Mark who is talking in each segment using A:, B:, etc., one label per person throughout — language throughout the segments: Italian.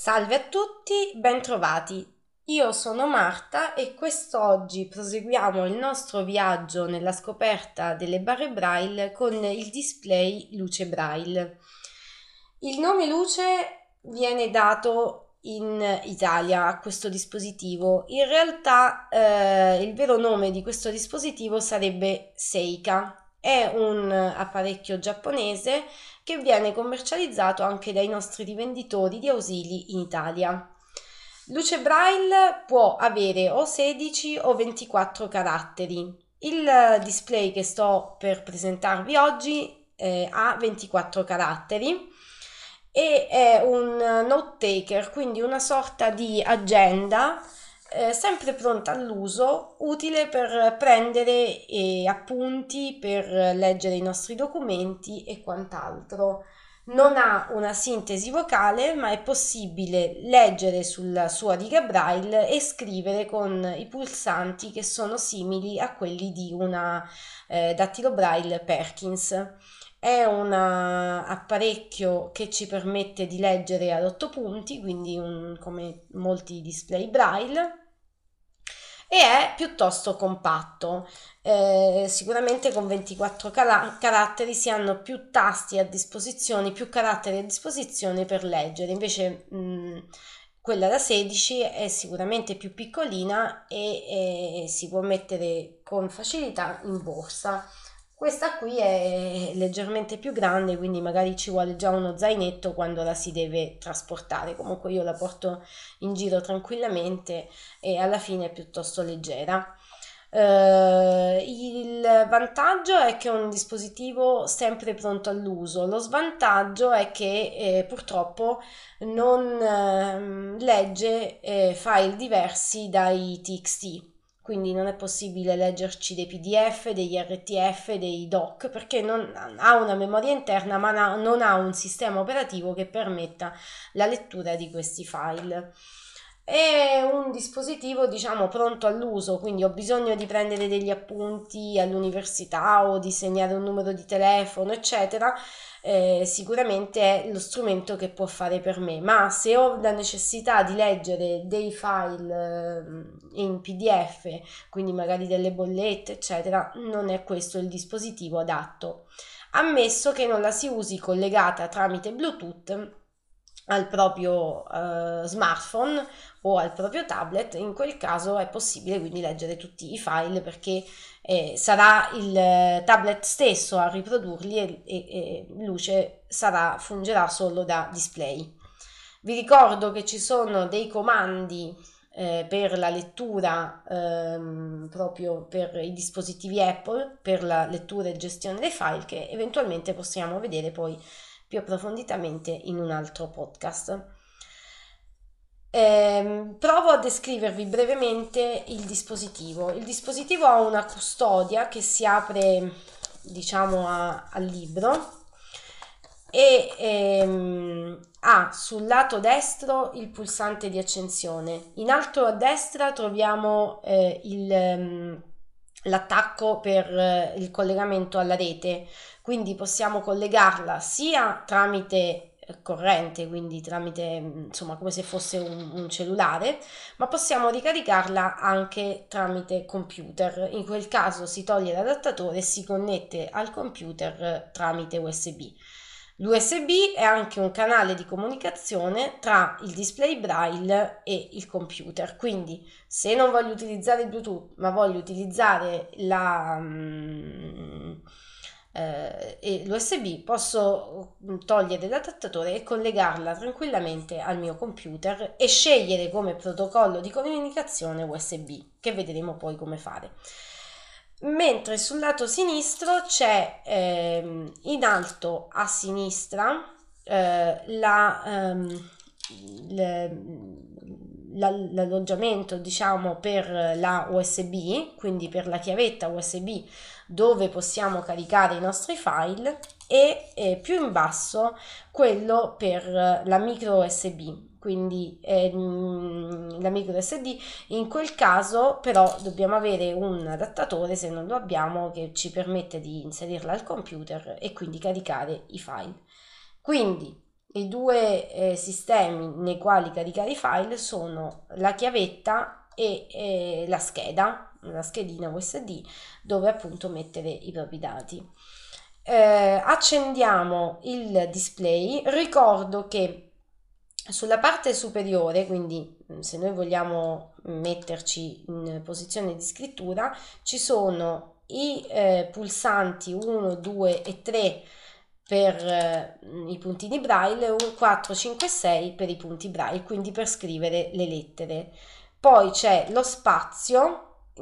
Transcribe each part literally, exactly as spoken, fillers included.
A: Salve a tutti, bentrovati. Io sono Marta e quest'oggi proseguiamo il nostro viaggio nella scoperta delle barre Braille con il display luce Braille. Il nome luce viene dato in Italia a questo dispositivo. In realtà eh, il vero nome di questo dispositivo sarebbe Seika. È un apparecchio giapponese che viene commercializzato anche dai nostri rivenditori di ausili in Italia. Luce Braille può avere o sedici o ventiquattro caratteri. Il display che sto per presentarvi oggi eh, ha ventiquattro caratteri e è un note taker, quindi una sorta di agenda eh, sempre pronta all'uso, utile per prendere eh, appunti, per leggere i nostri documenti e quant'altro. Non ha una sintesi vocale, ma è possibile leggere sulla sua riga Braille e scrivere con i pulsanti che sono simili a quelli di una eh, dattilo Braille Perkins. È un apparecchio che ci permette di leggere ad otto punti, quindi un, come molti display Braille, e è piuttosto compatto. Eh, sicuramente con ventiquattro car- caratteri si hanno più tasti a disposizione, più caratteri a disposizione per leggere, invece mh, quella da sedici è sicuramente più piccolina e, e si può mettere con facilità in borsa. Questa qui è leggermente più grande, quindi magari ci vuole già uno zainetto quando la si deve trasportare. Comunque io la porto in giro tranquillamente e alla fine è piuttosto leggera. Uh, il vantaggio è che è un dispositivo sempre pronto all'uso, lo svantaggio è che eh, purtroppo non eh, legge eh, file diversi dai T X T, quindi non è possibile leggerci dei P D F, degli R T F, dei doc, perché non ha una memoria interna ma non ha un sistema operativo che permetta la lettura di questi file. È un dispositivo, diciamo, pronto all'uso, quindi ho bisogno di prendere degli appunti all'università o di segnare un numero di telefono, eccetera. Eh, sicuramente è lo strumento che può fare per me, ma se ho la necessità di leggere dei file eh, in P D F, quindi magari delle bollette, eccetera, non è questo il dispositivo adatto, ammesso che non la si usi collegata tramite Bluetooth al proprio eh, smartphone o al proprio tablet. In quel caso è possibile quindi leggere tutti i file, perché eh, sarà il tablet stesso a riprodurli e, e, e Luce sarà, fungerà solo da display. Vi ricordo che ci sono dei comandi eh, per la lettura ehm, proprio per i dispositivi Apple, per la lettura e gestione dei file, che eventualmente possiamo vedere poi più approfonditamente in un altro podcast. Eh, provo a descrivervi brevemente il dispositivo. Il dispositivo ha una custodia che si apre, diciamo, a, al libro e ehm, ha sul lato destro il pulsante di accensione. In alto a destra troviamo eh, il, ehm, l'attacco per eh, il collegamento alla rete, quindi possiamo collegarla sia tramite corrente, quindi tramite, insomma, come se fosse un, un cellulare, ma possiamo ricaricarla anche tramite computer. In quel caso si toglie l'adattatore e si connette al computer tramite U S B. L'U S B è anche un canale di comunicazione tra il display Braille e il computer, quindi se non voglio utilizzare il Bluetooth ma voglio utilizzare la, um, eh, l'U S B, posso togliere l'adattatore e collegarla tranquillamente al mio computer e scegliere come protocollo di comunicazione U S B, che vedremo poi come fare. Mentre sul lato sinistro c'è ehm, in alto a sinistra eh, la, ehm, le, la, l'alloggiamento, diciamo, per la U S B, quindi per la chiavetta U S B dove possiamo caricare i nostri file, e eh, più in basso quello per la micro U S B, quindi ehm, la micro U S B. In quel caso però dobbiamo avere un adattatore, se non lo abbiamo, che ci permette di inserirla al computer e quindi caricare i file. Quindi i due eh, sistemi nei quali caricare i file sono la chiavetta e eh, la scheda, la schedina U S B dove appunto mettere i propri dati. Eh, accendiamo il display. Ricordo che sulla parte superiore, quindi se noi vogliamo metterci in posizione di scrittura, ci sono i eh, pulsanti uno, due e tre per eh, i puntini braille, quattro, cinque e sei per i punti braille, quindi per scrivere le lettere. Poi c'è lo spazio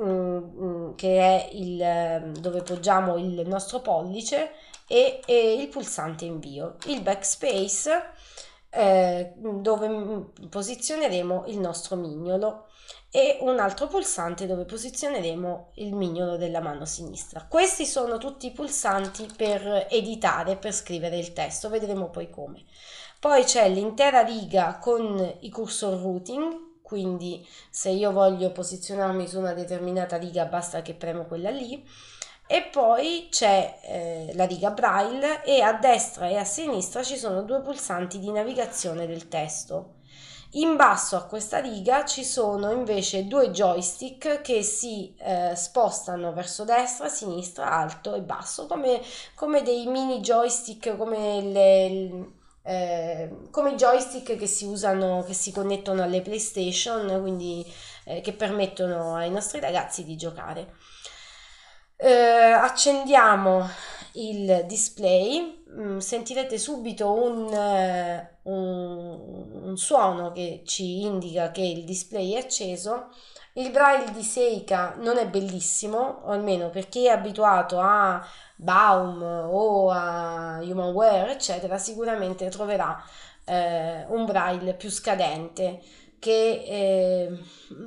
A: che è il dove poggiamo il nostro pollice e, e il pulsante invio, il backspace eh, dove posizioneremo il nostro mignolo e un altro pulsante dove posizioneremo il mignolo della mano sinistra. Questi sono tutti i pulsanti per editare, per scrivere il testo, vedremo poi come. Poi c'è l'intera riga con i cursor routing, quindi se io voglio posizionarmi su una determinata riga basta che premo quella lì, e poi c'è eh, la riga braille e a destra e a sinistra ci sono due pulsanti di navigazione del testo. In basso a questa riga ci sono invece due joystick che si eh, spostano verso destra, sinistra, alto e basso, come, come dei mini joystick, come le... Eh, come i joystick che si usano, che si connettono alle PlayStation, quindi eh, che permettono ai nostri ragazzi di giocare. Eh, accendiamo il display, mm, sentirete subito un, eh, un, un suono che ci indica che il display è acceso. Il braille di Seika non è bellissimo, o almeno per chi è abituato a Baum o a Humanware eccetera, sicuramente troverà eh, un braille più scadente che eh,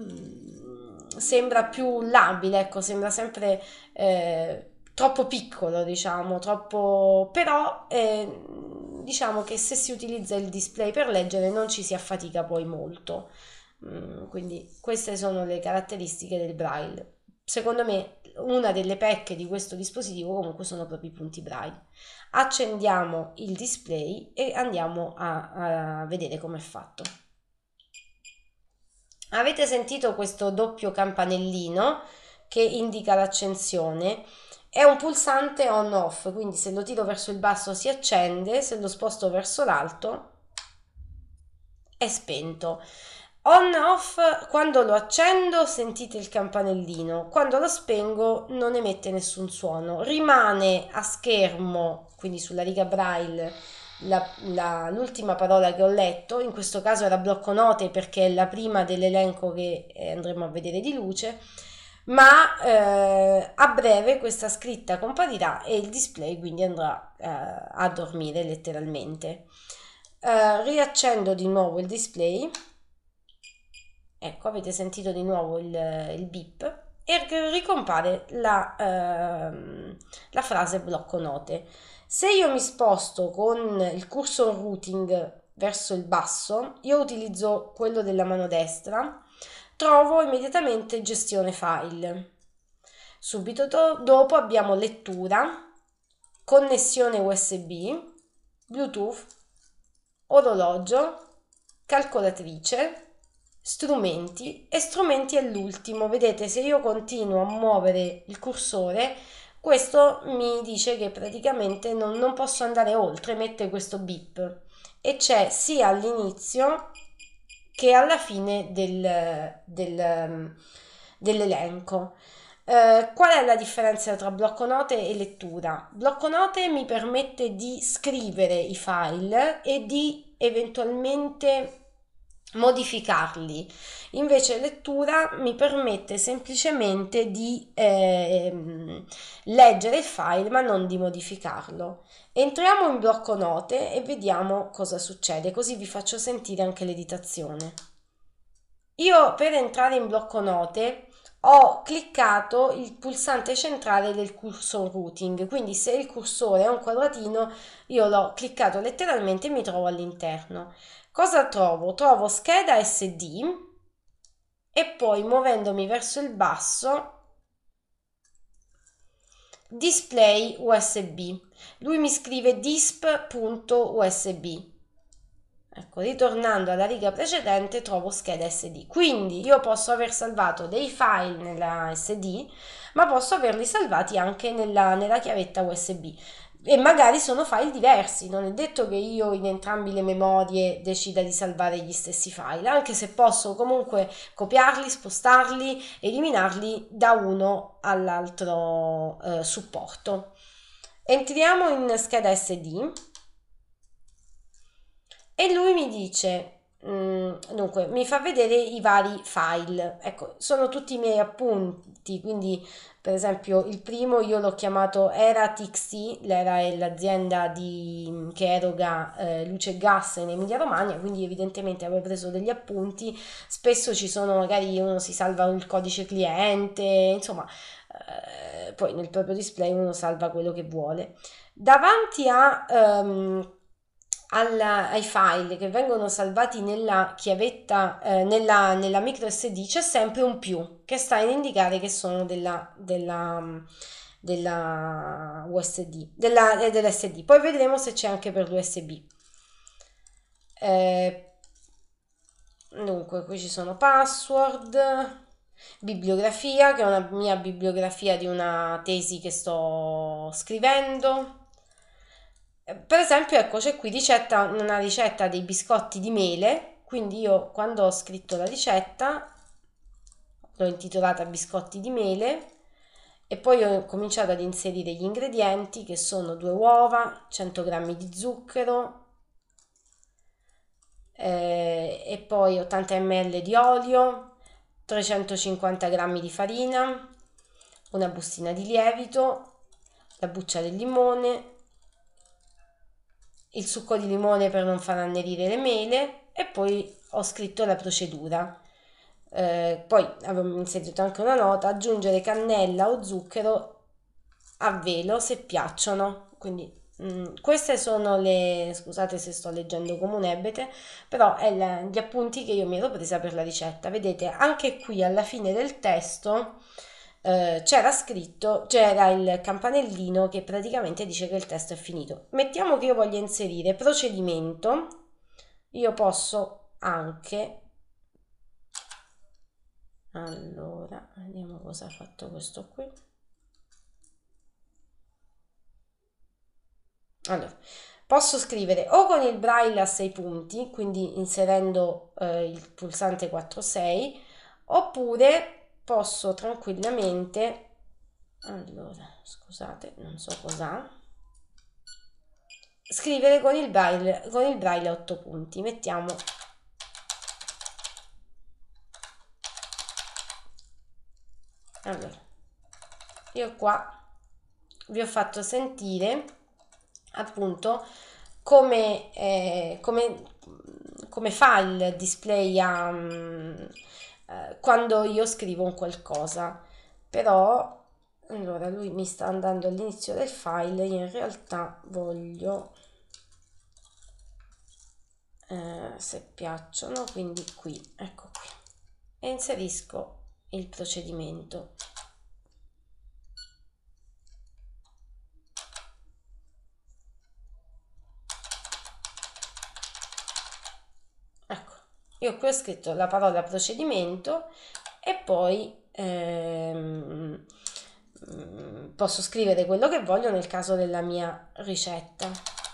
A: sembra più labile, ecco, sembra sempre eh, troppo piccolo, diciamo, troppo, però eh, diciamo che se si utilizza il display per leggere non ci si affatica poi molto. Mm, quindi queste sono le caratteristiche del braille. Secondo me una delle pecche di questo dispositivo comunque sono proprio i punti braille. Accendiamo il display e andiamo a, a vedere come è fatto. Avete sentito questo doppio campanellino che indica l'accensione? È un pulsante on off, quindi se lo tiro verso il basso si accende, se lo sposto verso l'alto è spento. On off, quando lo accendo sentite il campanellino, quando lo spengo non emette nessun suono, rimane a schermo, quindi sulla riga braille, la, la, l'ultima parola che ho letto, in questo caso era blocco note perché è la prima dell'elenco che andremo a vedere di luce, ma eh, a breve questa scritta comparirà e il display quindi andrà eh, a dormire letteralmente. Eh, riaccendo di nuovo il display. Ecco, avete sentito di nuovo il, il beep e ricompare la, ehm, la frase blocco note. Se io mi sposto con il cursor routing verso il basso, io utilizzo quello della mano destra, trovo immediatamente gestione file. Subito do- dopo abbiamo lettura, connessione U S B, Bluetooth, orologio, calcolatrice, strumenti e strumenti è l'ultimo. Vedete, se io continuo a muovere il cursore, questo mi dice che praticamente non, non posso andare oltre, mette questo beep e c'è sia all'inizio che alla fine del, del, dell'elenco. Eh, qual è la differenza tra blocco note e lettura? Blocco note mi permette di scrivere i file e di eventualmente modificarli, invece lettura mi permette semplicemente di eh, leggere il file ma non di modificarlo. Entriamo in blocco note e vediamo cosa succede, così vi faccio sentire anche l'editazione. Io per entrare in blocco note ho cliccato il pulsante centrale del cursor routing, quindi se il cursore è un quadratino io l'ho cliccato letteralmente e mi trovo all'interno. Cosa trovo? Trovo scheda S D e poi muovendomi verso il basso display U S B. Lui mi scrive disp.usb. Ecco, ritornando alla riga precedente trovo scheda S D, quindi io posso aver salvato dei file nella S D, ma posso averli salvati anche nella, nella chiavetta U S B e magari sono file diversi, non è detto che io in entrambe le memorie decida di salvare gli stessi file, anche se posso comunque copiarli, spostarli, eliminarli da uno all'altro eh, supporto. Entriamo in scheda S D. E lui mi dice, mm, dunque, mi fa vedere i vari file. Ecco, sono tutti i miei appunti, quindi per esempio il primo io l'ho chiamato Era T X T, l'Era è l'azienda di, che eroga eh, luce e gas in Emilia Romagna, quindi evidentemente avevo preso degli appunti. Spesso ci sono, magari uno si salva il codice cliente, insomma, eh, poi nel proprio display uno salva quello che vuole. Davanti a... ehm, alla- ai file che vengono salvati nella chiavetta, eh, nella, nella micro S D c'è sempre un più che sta ad indicare che sono della, della, della U S D, della, eh, dell'S D. Poi vedremo se c'è anche per l'U S B. Eh, dunque, qui ci sono password, bibliografia, che è una mia bibliografia di una tesi che sto scrivendo. Per esempio, ecco, c'è qui ricetta, una ricetta dei biscotti di mele, quindi io quando ho scritto la ricetta l'ho intitolata biscotti di mele e poi ho cominciato ad inserire gli ingredienti che sono due uova, cento grammi di zucchero eh, e poi ottanta millilitri di olio, trecentocinquanta grammi di farina, una bustina di lievito, la buccia del limone, il succo di limone per non far annerire le mele e poi ho scritto la procedura. Eh, poi avevo inserito anche una nota: aggiungere cannella o zucchero a velo se piacciono. Quindi mh, queste sono le, scusate se sto leggendo come un ebete, però è la- gli appunti che io mi ero presa per la ricetta. Vedete, anche qui alla fine del testo eh, c'era scritto, c'era il campanellino che praticamente dice che il testo è finito. Mettiamo che io voglia inserire procedimento, io posso anche, allora, vediamo cosa ha fatto questo qui. Allora, posso scrivere o con il braille a sei punti, quindi inserendo eh, il pulsante quattro sei, oppure posso tranquillamente, allora, scusate, non so cos'ha, scrivere con il braille, con il braille a otto punti. Mettiamo, allora, io qua vi ho fatto sentire appunto come, eh, come, come fa il display a, mm, eh, quando io scrivo un qualcosa. Però allora lui mi sta andando all'inizio del file, io in realtà voglio eh, se piacciono, quindi qui, ecco qui, e inserisco il procedimento. Ecco, io qui ho scritto la parola procedimento e poi ehm, mm, posso scrivere quello che voglio nel caso della mia ricetta.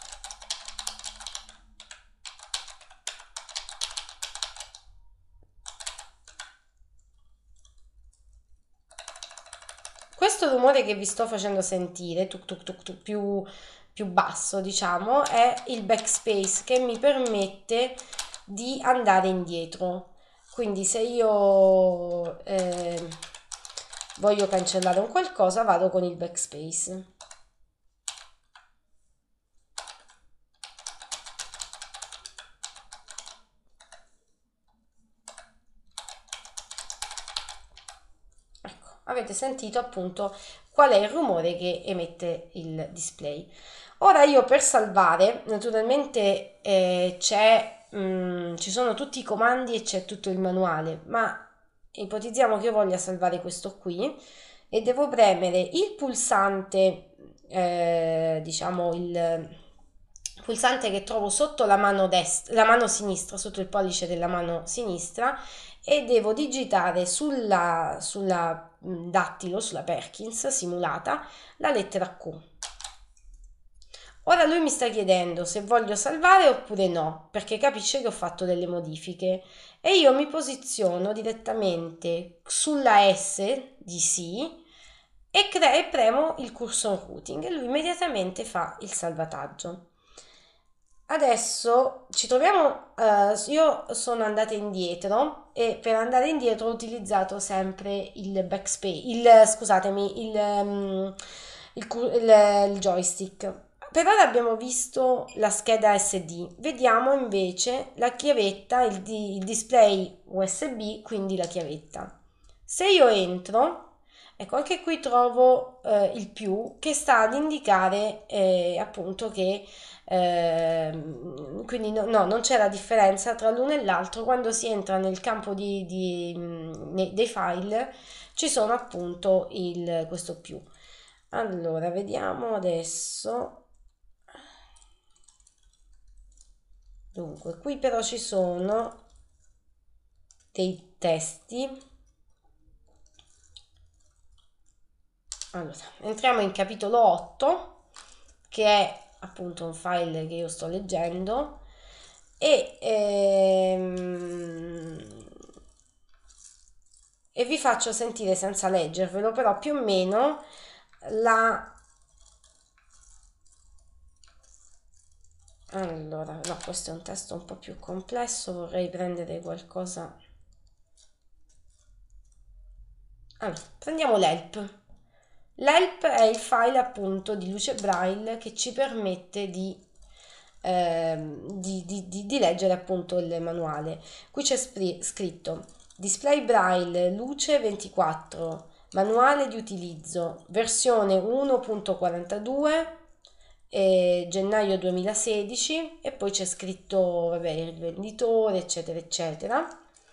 A: Questo rumore che vi sto facendo sentire, tuk tuk tuk tuk, più, più basso, diciamo, è il backspace che mi permette di andare indietro. Quindi se io eh, voglio cancellare un qualcosa, vado con il backspace. Ecco, avete sentito appunto qual è il rumore che emette il display. Ora io per salvare, naturalmente eh, c'è, mm, ci sono tutti i comandi e c'è tutto il manuale, ma ipotizziamo che io voglia salvare questo qui e devo premere il pulsante, eh, diciamo il pulsante che trovo sotto la mano destra, la mano sinistra, sotto il pollice della mano sinistra, e devo digitare sulla, sulla dattilo, sulla Perkins simulata, la lettera Q. Ora lui mi sta chiedendo se voglio salvare oppure no, perché capisce che ho fatto delle modifiche, e io mi posiziono direttamente sulla S di sì e, cre- e premo il cursor routing e lui immediatamente fa il salvataggio. Adesso ci troviamo, eh, io sono andata indietro e per andare indietro ho utilizzato sempre il backspace, il, scusatemi, il, um, il, cu- il- il joystick. Per ora abbiamo visto la scheda S D, vediamo invece la chiavetta, il, di- il display U S B, quindi la chiavetta. Se io entro, ecco anche qui trovo eh, il più che sta ad indicare eh, appunto che Ehm, quindi no, no, non c'è la differenza tra l'uno e l'altro. Quando si entra nel campo di, di, mh, nei- dei file ci sono appunto il, questo più. Allora, vediamo adesso. Dunque, qui però ci sono dei testi. Allora, entriamo in capitolo otto, che è appunto un file che io sto leggendo, e, ehm, e vi faccio sentire senza leggervelo, però più o meno la... Allora, no, questo è un testo un po' più complesso, vorrei prendere qualcosa... Allora, prendiamo l'help. L'help è il file appunto di luce braille che ci permette di, ehm, di, di, di, di leggere appunto il manuale. Qui c'è scritto display braille luce ventiquattro, manuale di utilizzo, versione uno punto quarantadue, eh, gennaio duemilasedici, e poi c'è scritto vabbè, il venditore eccetera eccetera.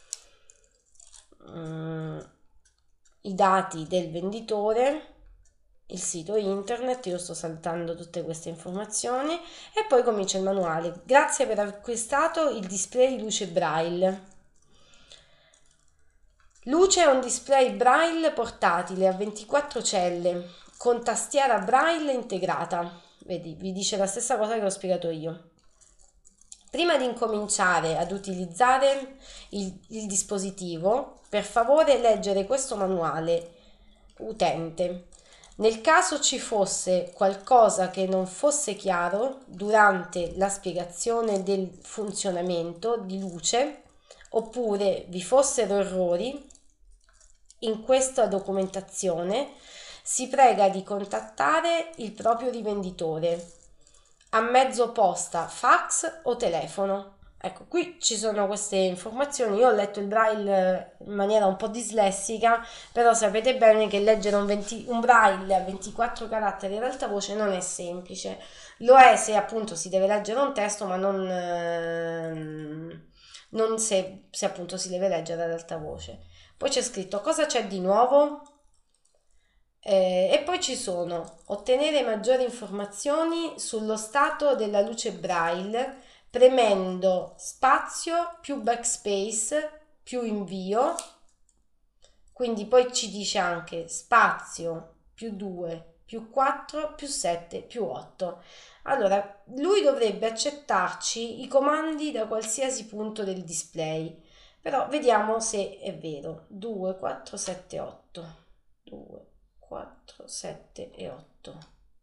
A: Mm, i dati del venditore, il sito internet, io sto saltando tutte queste informazioni, e poi comincia il manuale. Grazie per aver acquistato il display luce braille. Luce è un display braille portatile a ventiquattro celle con tastiera braille integrata. Vedi, vi dice la stessa cosa che ho spiegato io. Prima di incominciare ad utilizzare il, il dispositivo, per favore leggere questo manuale utente. Nel caso ci fosse qualcosa che non fosse chiaro durante la spiegazione del funzionamento di luce, oppure vi fossero errori in questa documentazione, si prega di contattare il proprio rivenditore a mezzo posta, fax o telefono. Ecco, qui ci sono queste informazioni. Io ho letto il braille in maniera un po' dislessica, però sapete bene che leggere un, venti, un braille a ventiquattro caratteri ad alta voce non è semplice. Lo è se appunto si deve leggere un testo, ma non, ehm, non se, se appunto si deve leggere ad alta voce. Poi c'è scritto cosa c'è di nuovo. Eh, e poi ci sono ottenere maggiori informazioni sullo stato della luce braille premendo spazio più backspace più invio, quindi poi ci dice anche spazio più due più quattro più sette più otto. Allora lui dovrebbe accettarci i comandi da qualsiasi punto del display, però vediamo se è vero. due quattro sette otto due quattro sette e otto.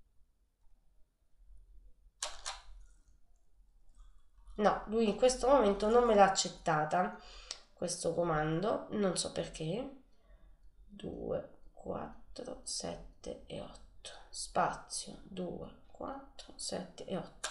A: No, lui in questo momento non me l'ha accettata questo comando, non so perché. due quattro sette e otto, spazio due quattro sette e otto.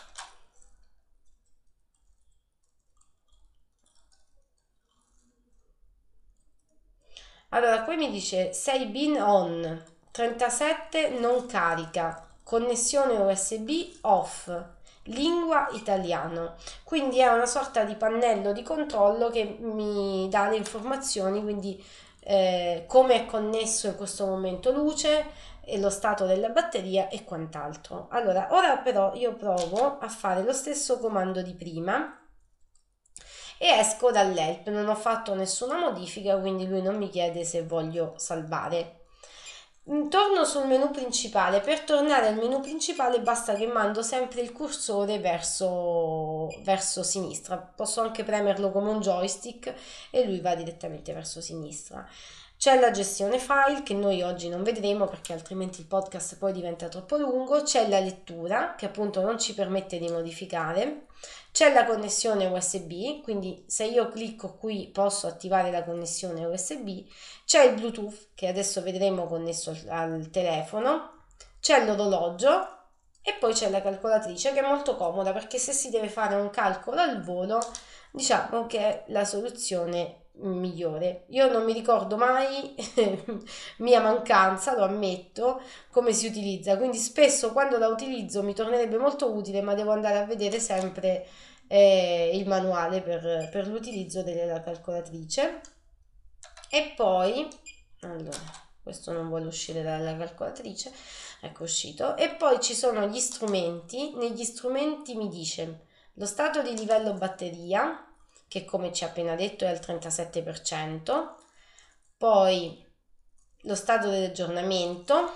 A: Allora qui mi dice sei bin on, trentasette non carica, connessione U S B off, lingua italiano. Quindi è una sorta di pannello di controllo che mi dà le informazioni, quindi eh, come è connesso in questo momento luce, e lo stato della batteria e quant'altro. Allora, ora però io provo a fare lo stesso comando di prima e esco dall'help, non ho fatto nessuna modifica, quindi lui non mi chiede se voglio salvare. Torno sul menu principale. Per tornare al menu principale basta che mando sempre il cursore verso, verso sinistra. Posso anche premerlo come un joystick e lui va direttamente verso sinistra. C'è la gestione file che noi oggi non vedremo perché altrimenti il podcast poi diventa troppo lungo. C'è la lettura che appunto non ci permette di modificare. C'è la connessione U S B, quindi se io clicco qui posso attivare la connessione U S B. C'è il Bluetooth che adesso vedremo connesso al telefono. C'è l'orologio e poi c'è la calcolatrice che è molto comoda perché se si deve fare un calcolo al volo diciamo che è la soluzione migliore. Io non mi ricordo mai, mia mancanza, lo ammetto, come si utilizza, quindi spesso quando la utilizzo mi tornerebbe molto utile, ma devo andare a vedere sempre eh, il manuale per, per l'utilizzo della calcolatrice. E poi, allora, questo non vuole uscire dalla calcolatrice, ecco uscito, e poi ci sono gli strumenti. Negli strumenti mi dice lo stato di livello batteria, che come ci ha appena detto è al trentasette per cento, poi lo stato dell'aggiornamento,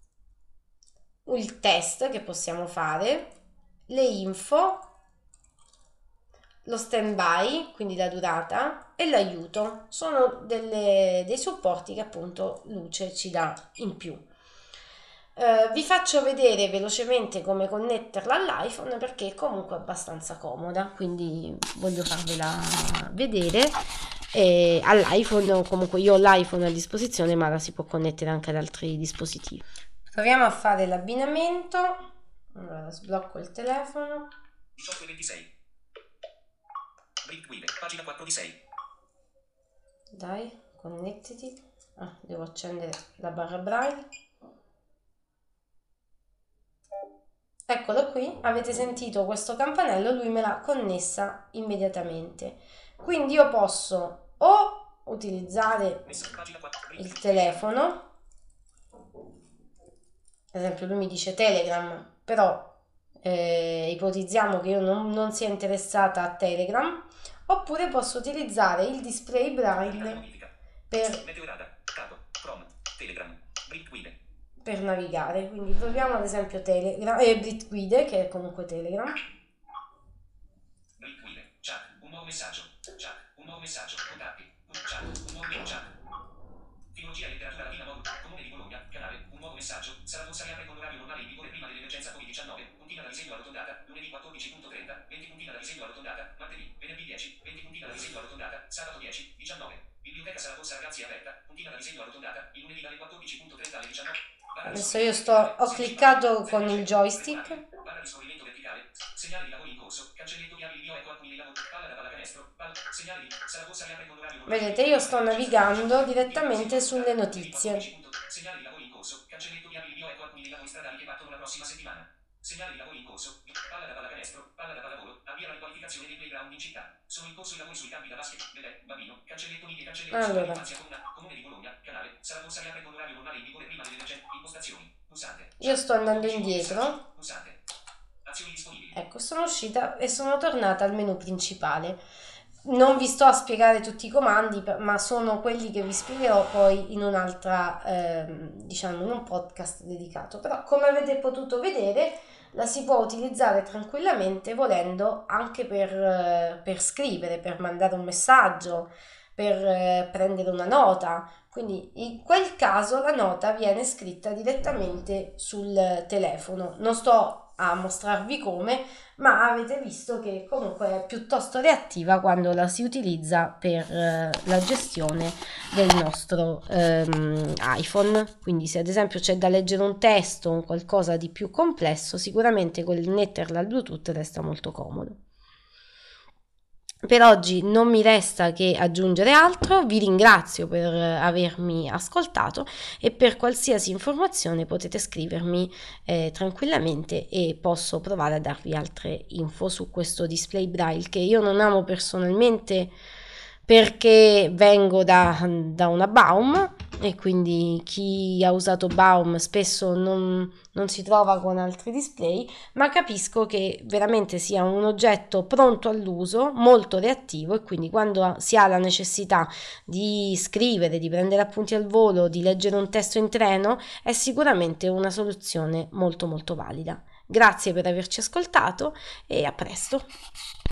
A: il test che possiamo fare, le info, lo stand by, quindi la durata, e l'aiuto. Sono delle, dei supporti che appunto Luce ci dà in più. Uh, vi faccio vedere velocemente come connetterla all'iPhone perché è comunque abbastanza comoda, quindi voglio farvela vedere. E all'iPhone, comunque io ho l'iPhone a disposizione, ma la si può connettere anche ad altri dispositivi. Proviamo a fare l'abbinamento. Allora, sblocco il telefono.
B: diciotto e ventisei. Guide, pagina quattro di sei.
A: Dai, connettiti. Ah, devo accendere la barra braille. Eccolo qui, avete sentito questo campanello, lui me l'ha connessa immediatamente. Quindi io posso o utilizzare il telefono, ad esempio lui mi dice Telegram, però eh, ipotizziamo che io non, non sia interessata a Telegram, oppure posso utilizzare il display braille per... per navigare. Quindi proviamo ad esempio Telegram e eh, Britguide, che è comunque Telegram.
B: Britguide, chat, un nuovo messaggio, chat, un nuovo messaggio, contatti, chat, un nuovo chat. Filologia e letteratura latina modulo, Comune di Bologna, canale, un nuovo messaggio, Saragossa riapre con orario normale in vigore prima dell'emergenza covid diciannove, puntina da disegno arrotondata, lunedì quattordici e trenta, venti puntina da disegno arrotondata, martedì, venerdì dieci, venti puntina da disegno arrotondata, sabato dieci, diciannove. Biblioteca Saragossa ragazzi aperta, puntina da disegno arrotondata, il lunedì dalle quattordici e trenta alle diciannove.
A: Adesso io sto, ho cliccato con il joystick.
B: Barra di scorrimento verticale, segnale di lavori in corso, cancelletto via il ecco alcuni lavori, palla da pallacanestro, palla, segnale di Saragossa riapre con orario normale.
A: Vedete, io sto navigando direttamente sulle notizie.
B: Segnale di lavori in corso, cancelletto via il ecco alcuni lavori stradali che partono la prossima settimana. Segnale di lavori in corso, palla da pallacanestro, palla da pallavolo, avvia la riqualificazione dei playground in città. Sono in corso i lavori sui campi da basket, Belè, Babino, cancelletto Nidi e cancelletto
A: allora.
B: Comune di Bologna, canale, Saragossa riapre con orario normale in vigore prima dell'emergenza, impostazioni, pulsante.
A: Io sto andando indietro.
B: Pulsante. Azioni disponibili.
A: Ecco, sono uscita e sono tornata al menu principale. Non vi sto a spiegare tutti i comandi, ma sono quelli che vi spiegherò poi in un'altra, ehm, diciamo, in un podcast dedicato. Però, come avete potuto vedere, la si può utilizzare tranquillamente volendo anche per, eh, per scrivere, per mandare un messaggio, per eh, prendere una nota. Quindi in quel caso la nota viene scritta direttamente sul telefono. Non sto a mostrarvi come, ma avete visto che comunque è piuttosto reattiva quando la si utilizza per eh, la gestione del nostro ehm, iPhone. Quindi se ad esempio c'è da leggere un testo o qualcosa di più complesso, sicuramente connetterla al Bluetooth resta molto comodo. Per oggi non mi resta che aggiungere altro, vi ringrazio per avermi ascoltato e per qualsiasi informazione potete scrivermi eh, tranquillamente e posso provare a darvi altre info su questo display braille che io non amo personalmente perché vengo da, da una Baum e quindi chi ha usato Baum spesso non, non si trova con altri display, ma capisco che veramente sia un oggetto pronto all'uso, molto reattivo, e quindi quando si ha la necessità di scrivere, di prendere appunti al volo, di leggere un testo in treno, è sicuramente una soluzione molto molto valida. Grazie per averci ascoltato e a presto.